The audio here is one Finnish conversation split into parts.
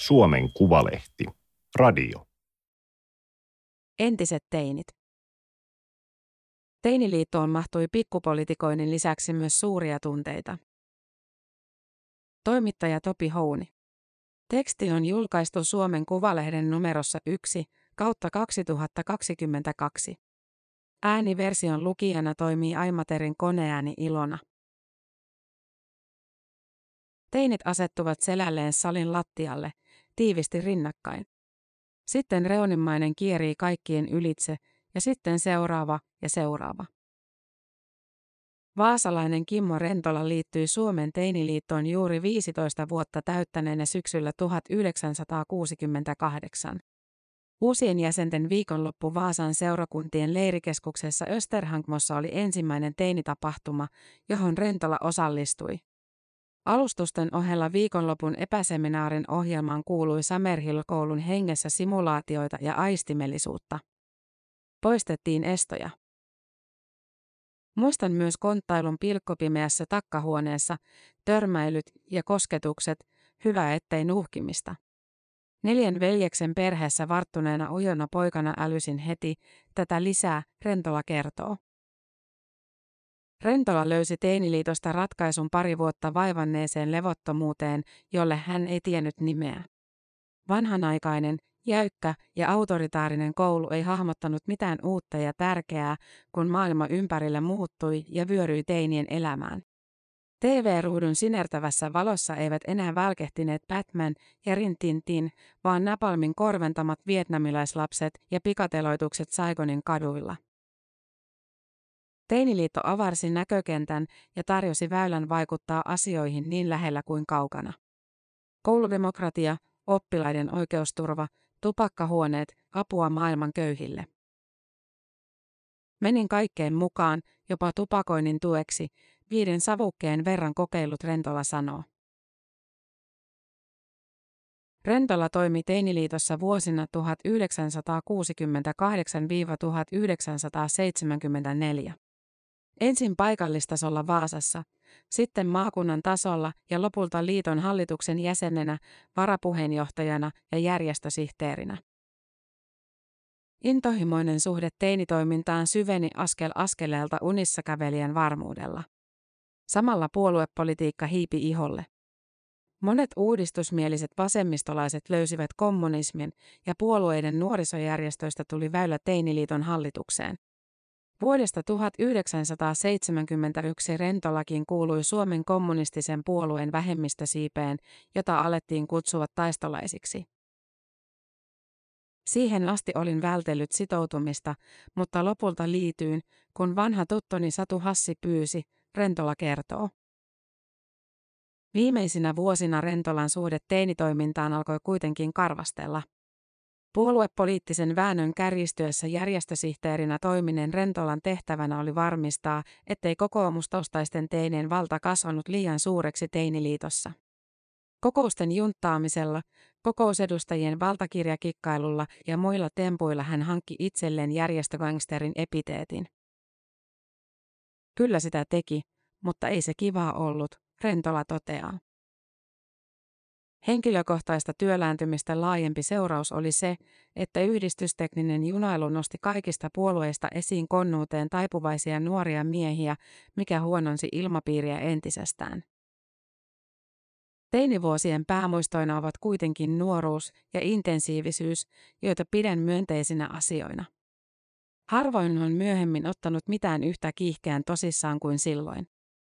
Suomen Kuvalehti. Radio. Entiset teinit. Teiniliittoon mahtui pikkupolitikoinnin lisäksi myös suuria tunteita. Toimittaja Topi Houni. Teksti on julkaistu Suomen Kuvalehden numerossa 1/2022. Ääniversion lukijana toimii Aimaterin koneääni Ilona. Teinit asettuvat selälleen salin lattialle, tiivisti rinnakkain. Sitten reunimmainen kierii kaikkien ylitse, ja sitten seuraava ja seuraava. Vaasalainen Kimmo Rentola liittyi Suomen Teiniliittoon juuri 15 vuotta täyttäneenä syksyllä 1968. Uusien jäsenten viikonloppu Vaasan seurakuntien leirikeskuksessa Österhankmossa oli ensimmäinen teinitapahtuma, johon Rentola osallistui. Alustusten ohella viikonlopun epäseminaarin ohjelmaan kuului Summerhill-koulun hengessä simulaatioita ja aistimellisuutta. Poistettiin estoja. Muistan myös konttailun pilkkopimeässä takkahuoneessa, törmäilyt ja kosketukset, hyvä ettei nuuhkimista. 4 veljeksen perheessä varttuneena ujona poikana älysin heti, tätä lisää, Rentola kertoo. Rentola löysi Teiniliitosta ratkaisun pari vuotta vaivanneeseen levottomuuteen, jolle hän ei tiennyt nimeä. Vanhanaikainen, jäykkä ja autoritaarinen koulu ei hahmottanut mitään uutta ja tärkeää, kun maailma ympärillä muuttui ja vyöryi teinien elämään. TV-ruudun sinertävässä valossa eivät enää välkehtineet Batman ja Rin Tin Tin, vaan napalmin korventamat vietnamilaislapset ja pikateloitukset Saigonin kaduilla. Teiniliitto avarsi näkökentän ja tarjosi väylän vaikuttaa asioihin niin lähellä kuin kaukana. Kouludemokratia, oppilaiden oikeusturva, tupakkahuoneet, apua maailman köyhille. Menin kaikkeen mukaan, jopa tupakoinnin tueksi, 5 savukkeen verran kokeilut, Rentola sanoo. Rentola toimi Teiniliitossa vuosina 1968–1974. Ensin paikallistasolla Vaasassa, sitten maakunnan tasolla ja lopulta liiton hallituksen jäsenenä, varapuheenjohtajana ja järjestösihteerinä. Intohimoinen suhde teinitoimintaan syveni askel askeleelta unissakävelijän varmuudella. Samalla puoluepolitiikka hiipi iholle. Monet uudistusmieliset vasemmistolaiset löysivät kommunismin ja puolueiden nuorisojärjestöistä tuli väylä Teiniliiton hallitukseen. Vuodesta 1971 Rentolakin kuului Suomen kommunistisen puolueen vähemmistösiipeen, jota alettiin kutsua taistolaisiksi. Siihen asti olin vältellyt sitoutumista, mutta lopulta liityin, kun vanha tuttoni Satu Hassi pyysi, Rentola kertoo. Viimeisinä vuosina Rentolan suhde teinitoimintaan alkoi kuitenkin karvastella. Puoluepoliittisen väännön kärjistyessä järjestösihteerinä toimineen Rentolan tehtävänä oli varmistaa, ettei kokoomustaustaisten teinien valta kasvanut liian suureksi Teiniliitossa. Kokousten junttaamisella, kokousedustajien valtakirjakikkailulla ja muilla tempuilla hän hankki itselleen järjestögangsterin epiteetin. Kyllä sitä teki, mutta ei se kivaa ollut, Rentola toteaa. Henkilökohtaista työlääntymistä laajempi seuraus oli se, että yhdistystekninen junailu nosti kaikista puolueista esiin konnuuteen taipuvaisia nuoria miehiä, mikä huononsi ilmapiiriä entisestään. Teinivuosien päämuistoina ovat kuitenkin nuoruus ja intensiivisyys, joita pidän myönteisinä asioina. Harvoin on myöhemmin ottanut mitään yhtä kiihkeän tosissaan kuin silloin.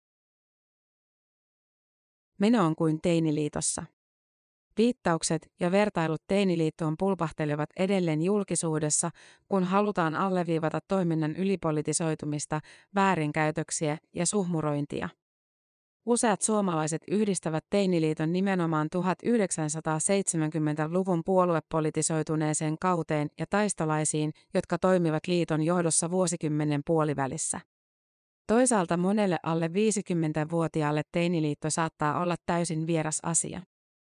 Meno on kuin Teiniliitossa. Viittaukset ja vertailut Teiniliittoon pulpahtelevat edelleen julkisuudessa, kun halutaan alleviivata toiminnan ylipolitisoitumista, väärinkäytöksiä ja suhmurointia. Useat suomalaiset yhdistävät Teiniliiton nimenomaan 1970-luvun puoluepolitisoituneeseen kauteen ja taistolaisiin, jotka toimivat liiton johdossa vuosikymmenen puolivälissä. Toisaalta monelle alle 50-vuotiaalle Teiniliitto saattaa olla täysin vieras asia.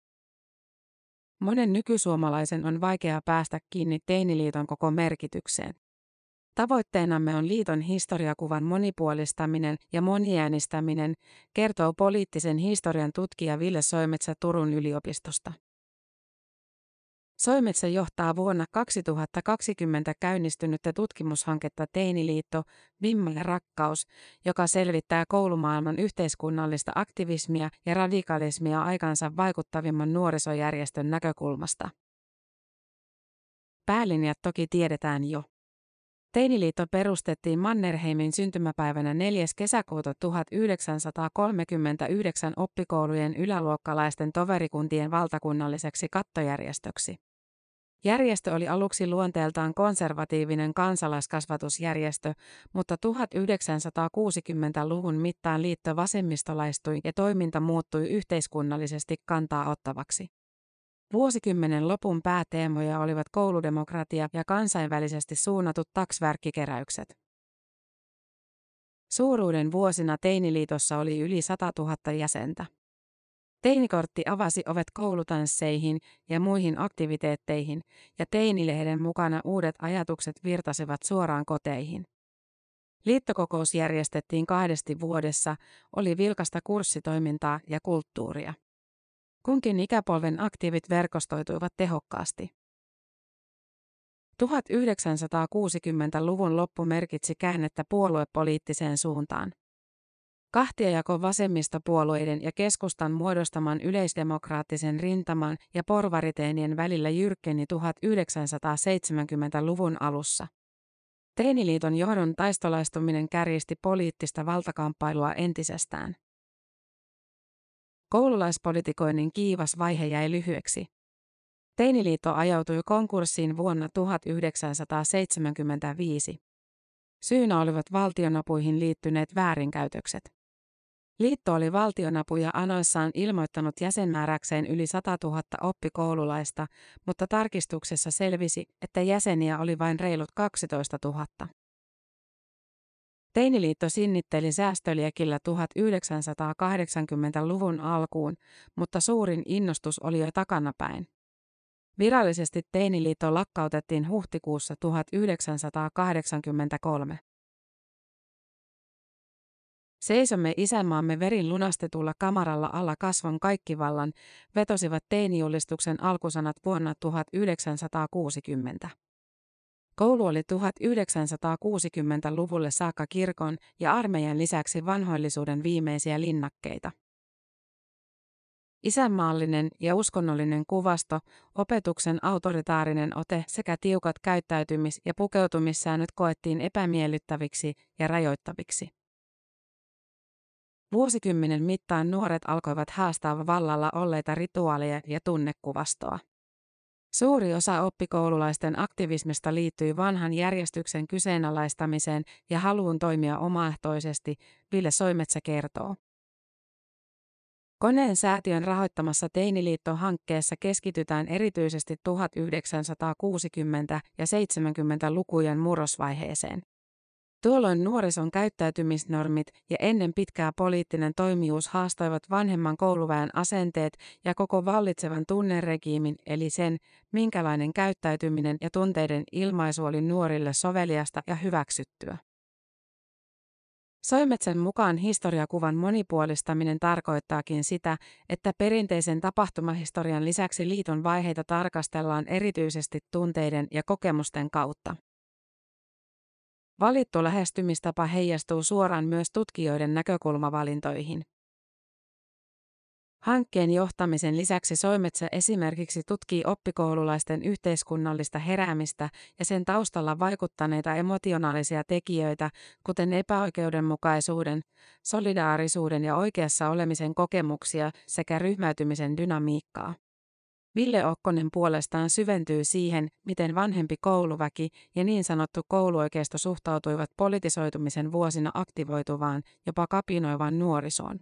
Monen nykysuomalaisen on vaikea päästä kiinni Teiniliiton koko merkitykseen. Tavoitteenamme on liiton historiakuvan monipuolistaminen ja moniäänistäminen, kertoo poliittisen historian tutkija Ville Soimetsä Turun yliopistosta. Soimetsä johtaa vuonna 2020 käynnistynyttä tutkimushanketta Teiniliitto, Vimma ja rakkaus, joka selvittää koulumaailman yhteiskunnallista aktivismia ja radikalismia aikansa vaikuttavimman nuorisojärjestön näkökulmasta. Päälinjat toki tiedetään jo. Teiniliitto perustettiin Mannerheimin syntymäpäivänä 4. kesäkuuta 1939 oppikoulujen yläluokkalaisten toverikuntien valtakunnalliseksi kattojärjestöksi. Järjestö oli aluksi luonteeltaan konservatiivinen kansalaiskasvatusjärjestö, mutta 1960-luvun mittaan liitto vasemmistolaistui ja toiminta muuttui yhteiskunnallisesti kantaa ottavaksi. Vuosikymmenen lopun pääteemoja olivat kouludemokratia ja kansainvälisesti suunnatut taksvärkkikeräykset. Suuruuden vuosina Teiniliitossa oli yli 100 000 jäsentä. Teinikortti avasi ovet koulutansseihin ja muihin aktiviteetteihin, ja Teinilehden mukana uudet ajatukset virtasivat suoraan koteihin. Liittokokous järjestettiin 2 vuodessa, oli vilkasta kurssitoimintaa ja kulttuuria. Kunkin ikäpolven aktiivit verkostoituivat tehokkaasti. 1960-luvun loppu merkitsi käännettä puoluepoliittiseen suuntaan. Kahtiajako vasemmistopuolueiden ja keskustan muodostaman yleisdemokraattisen rintaman ja porvariteinien välillä jyrkkeni 1970-luvun alussa. Teiniliiton johdon taistolaistuminen kärjisti poliittista valtakamppailua entisestään. Koululaispolitikoinnin kiivas vaihe jäi lyhyeksi. Teiniliitto ajautui konkurssiin vuonna 1975. Syynä olivat valtionapuihin liittyneet väärinkäytökset. Liitto oli valtionapuja anoissaan ilmoittanut jäsenmääräkseen yli 100 000 oppikoululaista, mutta tarkistuksessa selvisi, että jäseniä oli vain reilut 12 000. Teiniliitto sinnitteli säästöliekillä 1980-luvun alkuun, mutta suurin innostus oli jo takanapäin. Virallisesti Teiniliitto lakkautettiin huhtikuussa 1983. Seisomme isänmaamme verin lunastetulla kamaralla alla kasvon kaikkivallan, vetosivat teinijulistuksen alkusanat vuonna 1960. Koulu oli 1960-luvulle saakka kirkon ja armeijan lisäksi vanhoillisuuden viimeisiä linnakkeita. Isänmaallinen ja uskonnollinen kuvasto, opetuksen autoritaarinen ote sekä tiukat käyttäytymis- ja pukeutumissäännöt koettiin epämiellyttäviksi ja rajoittaviksi. Vuosikymmenen mittaan nuoret alkoivat haastaa vallalla olleita rituaaleja ja tunnekuvastoa. Suuri osa oppikoululaisten aktivismista liittyi vanhan järjestyksen kyseenalaistamiseen ja haluun toimia omaehtoisesti, Ville Soimetsä kertoo. Koneen säätiön rahoittamassa Teiniliitto-hankkeessa keskitytään erityisesti 1960- ja 70-lukujen murrosvaiheeseen. Tuolloin nuorison käyttäytymisnormit ja ennen pitkää poliittinen toimijuus haastoivat vanhemman kouluväen asenteet ja koko vallitsevan tunneregiimin eli sen, minkälainen käyttäytyminen ja tunteiden ilmaisu oli nuorille soveliasta ja hyväksyttyä. Soimetsän mukaan historiakuvan monipuolistaminen tarkoittaakin sitä, että perinteisen tapahtumahistorian lisäksi liiton vaiheita tarkastellaan erityisesti tunteiden ja kokemusten kautta. Valittu lähestymistapa heijastuu suoraan myös tutkijoiden näkökulmavalintoihin. Hankkeen johtamisen lisäksi Soimetsä esimerkiksi tutkii oppikoululaisten yhteiskunnallista heräämistä ja sen taustalla vaikuttaneita emotionaalisia tekijöitä, kuten epäoikeudenmukaisuuden, solidaarisuuden ja oikeassa olemisen kokemuksia sekä ryhmäytymisen dynamiikkaa. Ville Okkonen puolestaan syventyy siihen, miten vanhempi kouluväki ja niin sanottu kouluoikeisto suhtautuivat politisoitumisen vuosina aktivoituvaan, jopa kapinoivaan nuorisoon.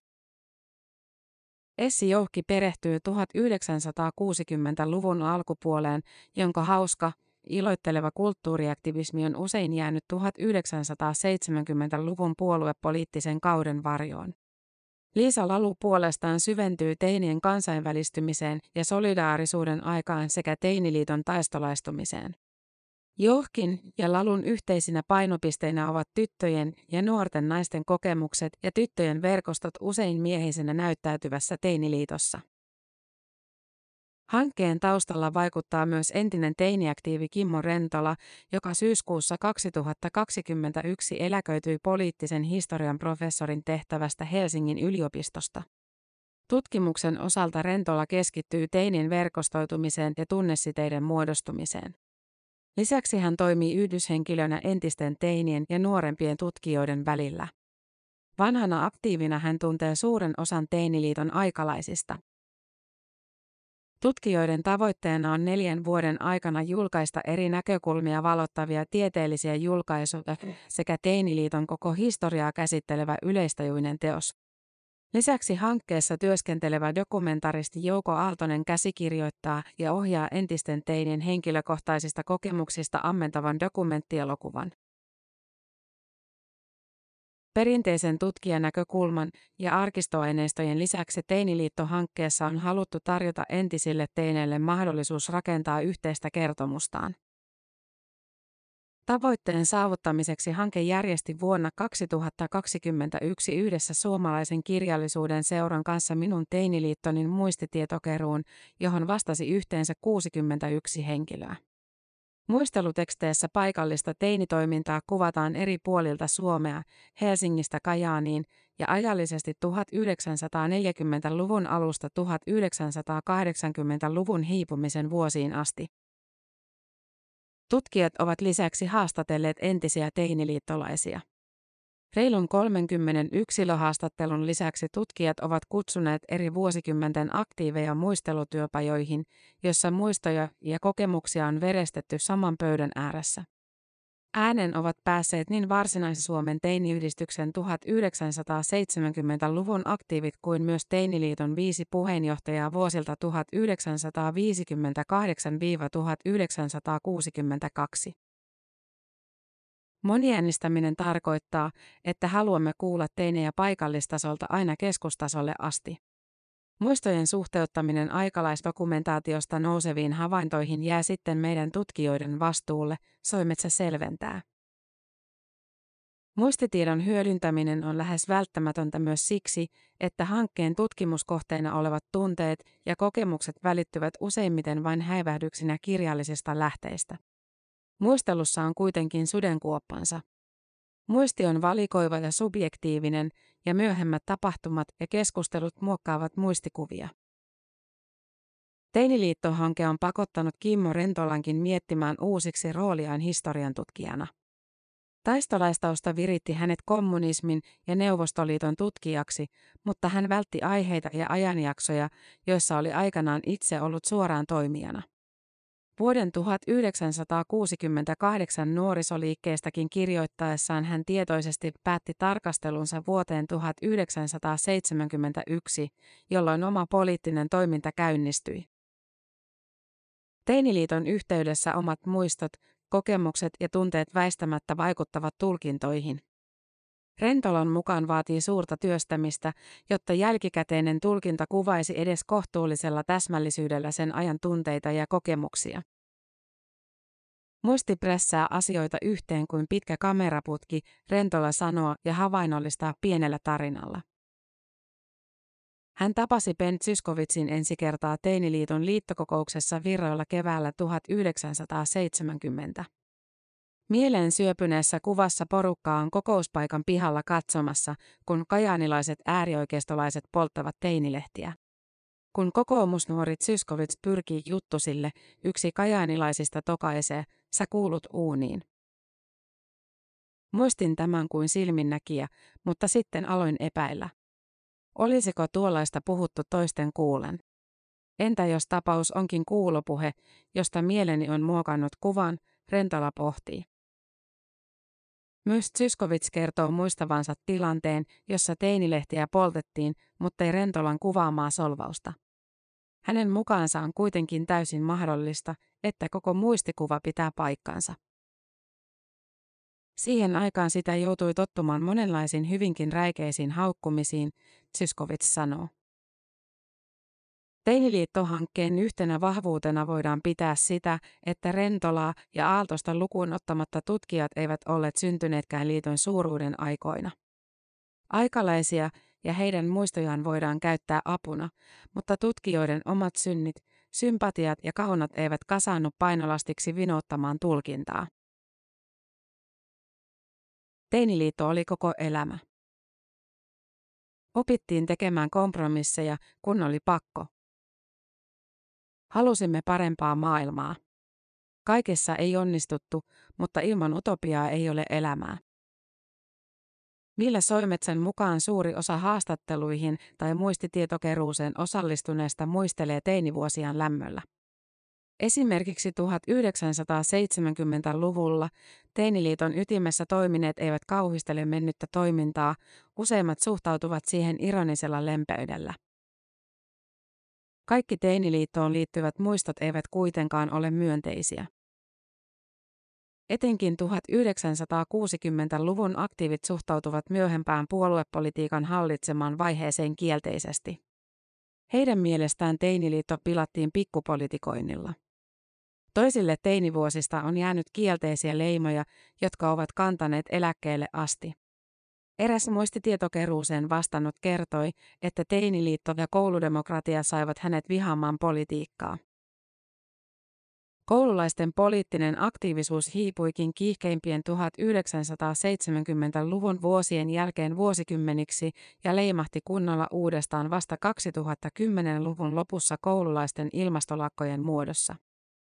Essi Jouhki perehtyy 1960-luvun alkupuoleen, jonka hauska, iloitteleva kulttuuriaktivismi on usein jäänyt 1970-luvun puoluepoliittisen kauden varjoon. Liisa Lalu puolestaan syventyy teinien kansainvälistymiseen ja solidaarisuuden aikaan sekä Teiniliiton taistolaistumiseen. Jouhkin ja Lalun yhteisinä painopisteinä ovat tyttöjen ja nuorten naisten kokemukset ja tyttöjen verkostot usein miehisenä näyttäytyvässä Teiniliitossa. Hankkeen taustalla vaikuttaa myös entinen teiniaktiivi Kimmo Rentola, joka syyskuussa 2021 eläköityi poliittisen historian professorin tehtävästä Helsingin yliopistosta. Tutkimuksen osalta Rentola keskittyy teinien verkostoitumiseen ja tunnesiteiden muodostumiseen. Lisäksi hän toimii yhdyshenkilönä entisten teinien ja nuorempien tutkijoiden välillä. Vanhana aktiivina hän tuntee suuren osan Teiniliiton aikalaisista. Tutkijoiden tavoitteena on 4 vuoden aikana julkaista eri näkökulmia valottavia tieteellisiä julkaisuja sekä Teiniliiton koko historiaa käsittelevä yleistajuinen teos. Lisäksi hankkeessa työskentelevä dokumentaristi Jouko Aaltonen käsikirjoittaa ja ohjaa entisten teinien henkilökohtaisista kokemuksista ammentavan dokumenttielokuvan. Perinteisen tutkijanäkökulman ja arkistoaineistojen lisäksi Teiniliitto-hankkeessa on haluttu tarjota entisille teineille mahdollisuus rakentaa yhteistä kertomustaan. Tavoitteen saavuttamiseksi hanke järjesti vuonna 2021 yhdessä Suomalaisen kirjallisuuden seuran kanssa Minun Teiniliittonin muistitietokeruun, johon vastasi yhteensä 61 henkilöä. Muisteluteksteissä paikallista teinitoimintaa kuvataan eri puolilta Suomea, Helsingistä Kajaaniin ja ajallisesti 1940-luvun alusta 1980-luvun hiipumisen vuosiin asti. Tutkijat ovat lisäksi haastatelleet entisiä teiniliittolaisia. Reilun 30 yksilöhaastattelun lisäksi tutkijat ovat kutsuneet eri vuosikymmenten aktiiveja muistelutyöpajoihin, jossa muistoja ja kokemuksia on verestetty saman pöydän ääressä. Ääneen ovat päässeet niin Varsinais-Suomen teiniyhdistyksen 1970-luvun aktiivit kuin myös Teiniliiton 5 puheenjohtajaa vuosilta 1958–1962. Moniäänistäminen tarkoittaa, että haluamme kuulla teinejä paikallistasolta aina keskustasolle asti. Muistojen suhteuttaminen aikalaisdokumentaatiosta nouseviin havaintoihin jää sitten meidän tutkijoiden vastuulle, Soimetsä selventää. Muistitiedon hyödyntäminen on lähes välttämätöntä myös siksi, että hankkeen tutkimuskohteena olevat tunteet ja kokemukset välittyvät useimmiten vain häivähdyksinä kirjallisista lähteistä. Muistelussa on kuitenkin sudenkuoppansa. Muisti on valikoiva ja subjektiivinen, ja myöhemmät tapahtumat ja keskustelut muokkaavat muistikuvia. Teiniliitto-hanke on pakottanut Kimmo Rentolankin miettimään uusiksi rooliaan historiantutkijana. Taistolaistausta viritti hänet kommunismin ja Neuvostoliiton tutkijaksi, mutta hän vältti aiheita ja ajanjaksoja, joissa oli aikanaan itse ollut suoraan toimijana. Vuoden 1968 nuorisoliikkeestäkin kirjoittaessaan hän tietoisesti päätti tarkastelunsa vuoteen 1971, jolloin oma poliittinen toiminta käynnistyi. Teiniliiton yhteydessä omat muistot, kokemukset ja tunteet väistämättä vaikuttavat tulkintoihin. Rentolan mukaan vaatii suurta työstämistä, jotta jälkikäteinen tulkinta kuvaisi edes kohtuullisella täsmällisyydellä sen ajan tunteita ja kokemuksia. Muisti prässää asioita yhteen kuin pitkä kameraputki, Rentola sanoo ja havainnollistaa pienellä tarinalla. Hän tapasi Ben Zyskowiczin ensi kertaa Teiniliiton liittokokouksessa Viroilla keväällä 1970. Mieleen syöpyneessä kuvassa porukkaa on kokouspaikan pihalla katsomassa, kun kajaanilaiset äärioikeistolaiset polttavat teinilehtiä. Kun kokoomusnuori Zyskowicz pyrkii juttusille, yksi kajaanilaisista tokaisee, sä kuulut uuniin. Muistin tämän kuin silminnäkijä, mutta sitten aloin epäillä. Olisiko tuollaista puhuttu toisten kuulen? Entä jos tapaus onkin kuulopuhe, josta mieleni on muokannut kuvan, Rentola pohtii. Myös Zyskowicz kertoo muistavansa tilanteen, jossa teinilehtiä poltettiin, mutta ei Rentolan kuvaamaa solvausta. Hänen mukaansa on kuitenkin täysin mahdollista, että koko muistikuva pitää paikkansa. Siihen aikaan sitä joutui tottumaan monenlaisiin hyvinkin räikeisiin haukkumisiin, Zyskowicz sanoo. Teiniliitto-hankkeen yhtenä vahvuutena voidaan pitää sitä, että Rentolaa ja Aaltosta lukuun ottamatta tutkijat eivät olleet syntyneetkään liiton suuruuden aikoina. Aikalaisia ja heidän muistojaan voidaan käyttää apuna, mutta tutkijoiden omat synnit, sympatiat ja kaunat eivät kasaannu painolastiksi vinouttamaan tulkintaa. Teiniliitto oli koko elämä. Opittiin tekemään kompromisseja, kun oli pakko. Halusimme parempaa maailmaa. Kaikessa ei onnistuttu, mutta ilman utopiaa ei ole elämää. Ville Soimetsän mukaan suuri osa haastatteluihin tai muistitietokeruuseen osallistuneesta muistelee teinivuosiaan lämmöllä. Esimerkiksi 1970-luvulla Teiniliiton ytimessä toimineet eivät kauhistele mennyttä toimintaa, useimmat suhtautuvat siihen ironisella lempeydellä. Kaikki Teiniliittoon liittyvät muistot eivät kuitenkaan ole myönteisiä. Etenkin 1960-luvun aktiivit suhtautuvat myöhempään puoluepolitiikan hallitsemaan vaiheeseen kielteisesti. Heidän mielestään Teiniliitto pilattiin pikkupolitikoinnilla. Toisille teinivuosista on jäänyt kielteisiä leimoja, jotka ovat kantaneet eläkkeelle asti. Eräs muistitietokeruuseen vastannut kertoi, että Teiniliitto ja kouludemokratia saivat hänet vihaamaan politiikkaa. Koululaisten poliittinen aktiivisuus hiipuikin kiihkeimpien 1970-luvun vuosien jälkeen vuosikymmeniksi ja leimahti kunnolla uudestaan vasta 2010-luvun lopussa koululaisten ilmastolakkojen muodossa.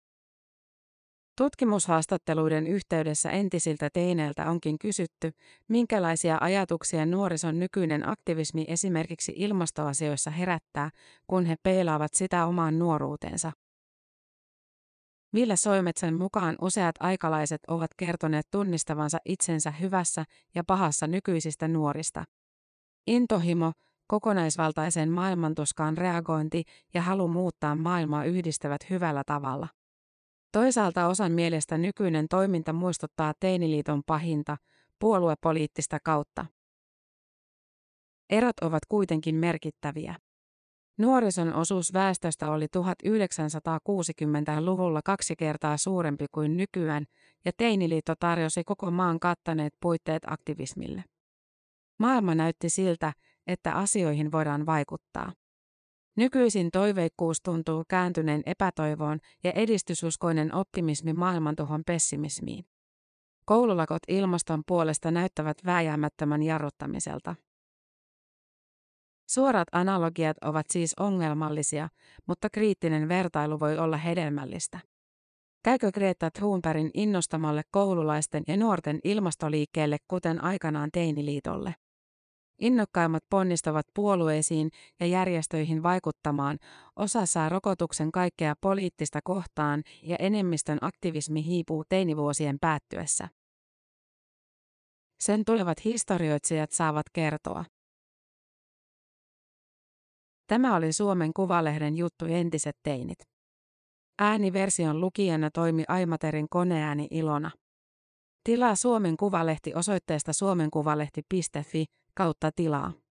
Tutkimushaastatteluiden yhteydessä entisiltä teineiltä onkin kysytty, minkälaisia ajatuksia nuorison nykyinen aktivismi esimerkiksi ilmastoasioissa herättää, kun he peilaavat sitä omaan nuoruuteensa. Ville Soimetsän mukaan useat aikalaiset ovat kertoneet tunnistavansa itsensä hyvässä ja pahassa nykyisistä nuorista. Intohimo, kokonaisvaltaisen maailmantuskaan reagointi ja halu muuttaa maailmaa yhdistävät hyvällä tavalla. Toisaalta osan mielestä nykyinen toiminta muistuttaa Teiniliiton pahinta, puoluepoliittista kautta. Erot ovat kuitenkin merkittäviä. Nuorison osuus väestöstä oli 1960-luvulla 2 kertaa suurempi kuin nykyään, ja Teiniliitto tarjosi koko maan kattaneet puitteet aktivismille. Maailma näytti siltä, että asioihin voidaan vaikuttaa. Nykyisin toiveikkuus tuntuu kääntyneen epätoivoon ja edistysuskoinen optimismi maailmantuhon pessimismiin. Koululakot ilmaston puolesta näyttävät vääjäämättömän jarruttamiselta. Suorat analogiat ovat siis ongelmallisia, mutta kriittinen vertailu voi olla hedelmällistä. Käykö Greta Thunbergin innostamalle koululaisten ja nuorten ilmastoliikkeelle kuten aikanaan Teiniliitolle? Innokkaimmat ponnistavat puolueisiin ja järjestöihin vaikuttamaan, osa saa rokotuksen kaikkea poliittista kohtaan ja enemmistön aktivismi hiipuu teinivuosien päättyessä. Sen tulevat historioitsijat saavat kertoa. Tämä oli Suomen Kuvalehden juttu Entiset teinit. Ääniversion lukijana toimi Aimaterin koneääni Ilona. Tilaa Suomen Kuvalehti osoitteesta suomenkuvalehti.fi/tilaa.